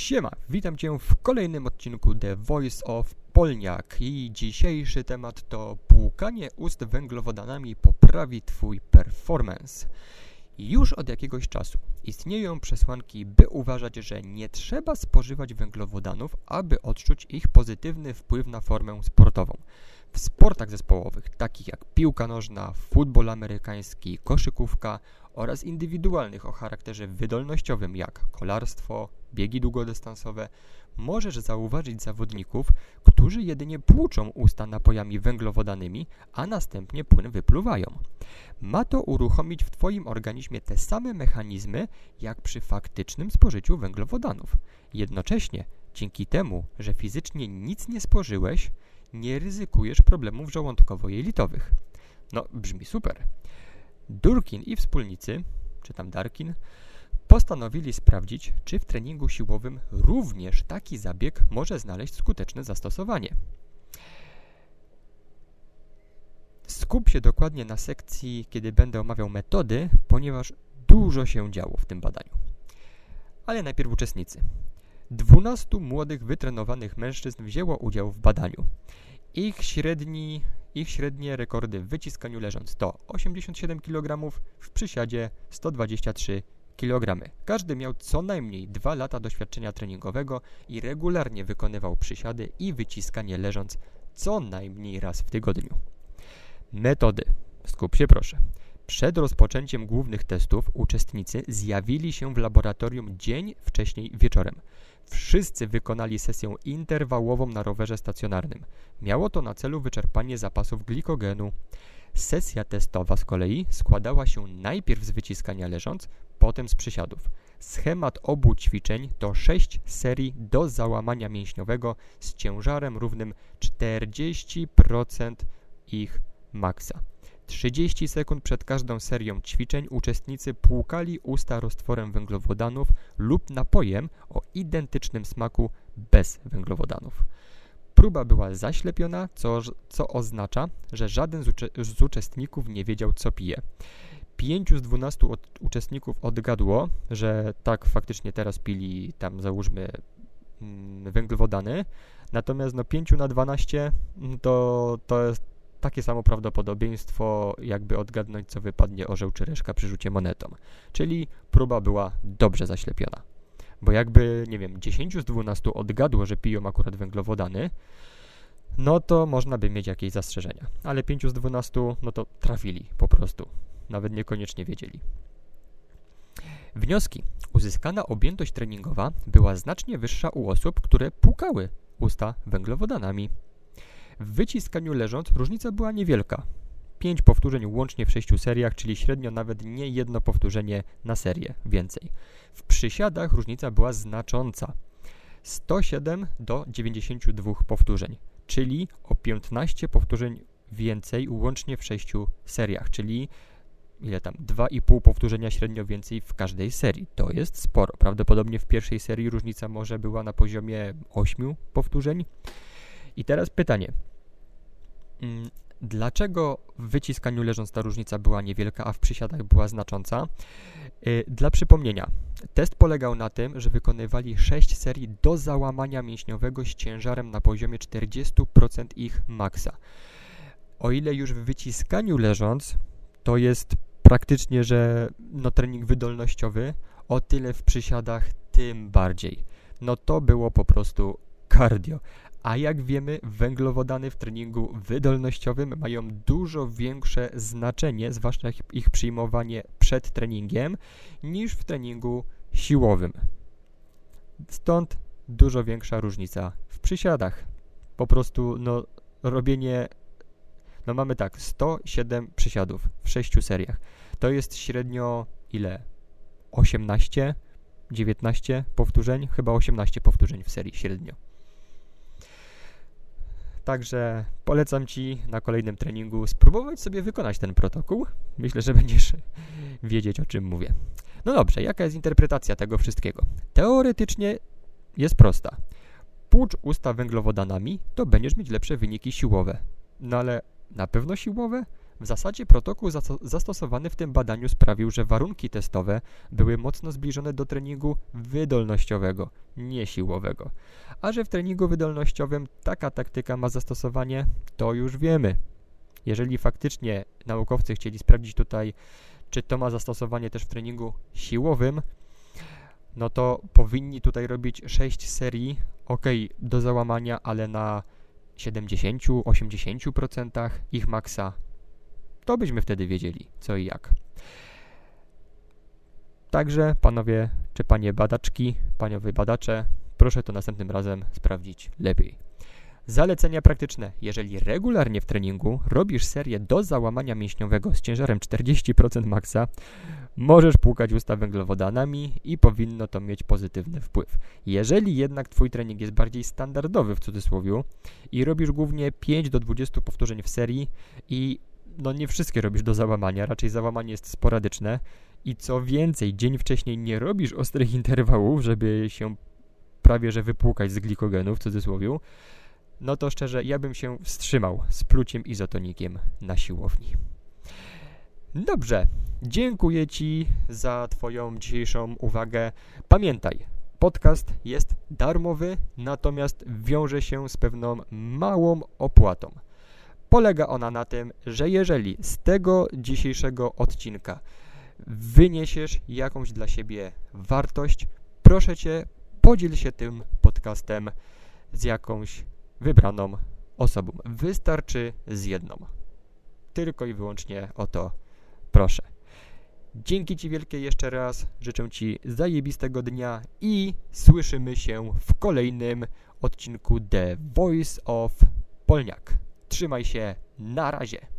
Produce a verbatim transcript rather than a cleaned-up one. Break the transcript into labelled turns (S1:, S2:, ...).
S1: Siema, witam Cię w kolejnym odcinku The Voice of Polniak i dzisiejszy temat to płukanie ust węglowodanami poprawi Twój performance. Już od jakiegoś czasu istnieją przesłanki, by uważać, że nie trzeba spożywać węglowodanów, aby odczuć ich pozytywny wpływ na formę sportową. W sportach zespołowych, takich jak piłka nożna, futbol amerykański, koszykówka oraz indywidualnych o charakterze wydolnościowym jak kolarstwo, biegi długodystansowe, możesz zauważyć zawodników, którzy jedynie płuczą usta napojami węglowodanymi, a następnie płyn wypluwają. Ma to uruchomić w Twoim organizmie te same mechanizmy, jak przy faktycznym spożyciu węglowodanów. Jednocześnie, dzięki temu, że fizycznie nic nie spożyłeś, nie ryzykujesz problemów żołądkowo-jelitowych. No, brzmi super. Durkin i wspólnicy, czy tam Darkin, postanowili sprawdzić, czy w treningu siłowym również taki zabieg może znaleźć skuteczne zastosowanie. Skup się dokładnie na sekcji, kiedy będę omawiał metody, ponieważ dużo się działo w tym badaniu. Ale najpierw uczestnicy. Dwunastu młodych, wytrenowanych mężczyzn wzięło udział w badaniu. Ich, średni, ich średnie rekordy w wyciskaniu leżąc to osiemdziesiąt siedem kilogramów, w przysiadzie sto dwadzieścia trzy kilogramy. Każdy miał co najmniej dwa lata doświadczenia treningowego i regularnie wykonywał przysiady i wyciskanie leżąc co najmniej raz w tygodniu. Metody. Skup się proszę. Przed rozpoczęciem głównych testów uczestnicy zjawili się w laboratorium dzień wcześniej wieczorem. Wszyscy wykonali sesję interwałową na rowerze stacjonarnym. Miało to na celu wyczerpanie zapasów glikogenu. Sesja testowa z kolei składała się najpierw z wyciskania leżąc, potem z przysiadów. Schemat obu ćwiczeń to sześć serii do załamania mięśniowego z ciężarem równym czterdzieści procent ich maksa. trzydzieści sekund przed każdą serią ćwiczeń uczestnicy płukali usta roztworem węglowodanów lub napojem o identycznym smaku bez węglowodanów. Próba była zaślepiona, co, co oznacza, że żaden z, ucze- z uczestników nie wiedział, co pije. Pięciu z dwunastu od, uczestników odgadło, że tak faktycznie teraz pili tam załóżmy mm, węglowodany, natomiast no pięciu na dwanaście to, to jest takie samo prawdopodobieństwo, jakby odgadnąć, co wypadnie orzeł czy reszka przy rzucie monetą. Czyli próba była dobrze zaślepiona. Bo jakby, nie wiem, dziesięciu z dwunastu odgadło, że piją akurat węglowodany, no to można by mieć jakieś zastrzeżenia. Ale pięciu z dwunastu, no to trafili po prostu. Nawet niekoniecznie wiedzieli. Wnioski. Uzyskana objętość treningowa była znacznie wyższa u osób, które płukały usta węglowodanami. W wyciskaniu leżąc różnica była niewielka. pięć powtórzeń łącznie w sześciu seriach, czyli średnio nawet nie jedno powtórzenie na serię więcej. W przysiadach różnica była znacząca. sto siedem do dziewięćdziesięciu dwóch powtórzeń, czyli o piętnaście powtórzeń więcej łącznie w sześciu seriach, czyli ile tam, dwa i pół powtórzenia średnio więcej w każdej serii. To jest sporo. Prawdopodobnie w pierwszej serii różnica może była na poziomie ośmiu powtórzeń. I teraz pytanie. Dlaczego w wyciskaniu leżąc ta różnica była niewielka, a w przysiadach była znacząca? Dla przypomnienia, test polegał na tym, że wykonywali sześć serii do załamania mięśniowego z ciężarem na poziomie czterdzieści procent ich maksa. O ile już w wyciskaniu leżąc to jest praktycznie, że no, trening wydolnościowy, o tyle w przysiadach tym bardziej. No to było po prostu cardio. A jak wiemy, węglowodany w treningu wydolnościowym mają dużo większe znaczenie, zwłaszcza ich przyjmowanie przed treningiem, niż w treningu siłowym. Stąd dużo większa różnica w przysiadach. Po prostu no, robienie, no mamy tak, sto siedem przysiadów w sześciu seriach. To jest średnio ile? osiemnaście, dziewiętnaście powtórzeń? Chyba osiemnaście powtórzeń w serii średnio. Także polecam Ci na kolejnym treningu spróbować sobie wykonać ten protokół. Myślę, że będziesz wiedzieć, o czym mówię. No dobrze, jaka jest interpretacja tego wszystkiego? Teoretycznie jest prosta. Płucz usta węglowodanami, to będziesz mieć lepsze wyniki siłowe. No ale na pewno siłowe? W zasadzie protokół zastosowany w tym badaniu sprawił, że warunki testowe były mocno zbliżone do treningu wydolnościowego, nie siłowego. A że w treningu wydolnościowym taka taktyka ma zastosowanie, to już wiemy. Jeżeli faktycznie naukowcy chcieli sprawdzić tutaj, czy to ma zastosowanie też w treningu siłowym, no to powinni tutaj robić sześć serii, ok, do załamania, ale na siedemdziesiąt do osiemdziesięciu procent ich maksa. To byśmy wtedy wiedzieli, co i jak. Także, panowie czy panie badaczki, panowie badacze, proszę to następnym razem sprawdzić lepiej. Zalecenia praktyczne. Jeżeli regularnie w treningu robisz serię do załamania mięśniowego z ciężarem czterdzieści procent maksa, możesz płukać usta węglowodanami i powinno to mieć pozytywny wpływ. Jeżeli jednak twój trening jest bardziej standardowy w cudzysłowie i robisz głównie pięć do dwudziestu powtórzeń w serii i no nie wszystkie robisz do załamania, raczej załamanie jest sporadyczne i co więcej, dzień wcześniej nie robisz ostrych interwałów, żeby się prawie że wypłukać z glikogenu w cudzysłowie, no to szczerze, ja bym się wstrzymał z pluciem izotonikiem na siłowni. Dobrze, dziękuję Ci za Twoją dzisiejszą uwagę. Pamiętaj, podcast jest darmowy, natomiast wiąże się z pewną małą opłatą. Polega ona na tym, że jeżeli z tego dzisiejszego odcinka wyniesiesz jakąś dla siebie wartość, proszę Cię, podziel się tym podcastem z jakąś wybraną osobą. Wystarczy z jedną. Tylko i wyłącznie o to proszę. Dzięki Ci wielkie jeszcze raz. Życzę Ci zajebistego dnia i słyszymy się w kolejnym odcinku The Voice of Polniak. Trzymaj się. Na razie.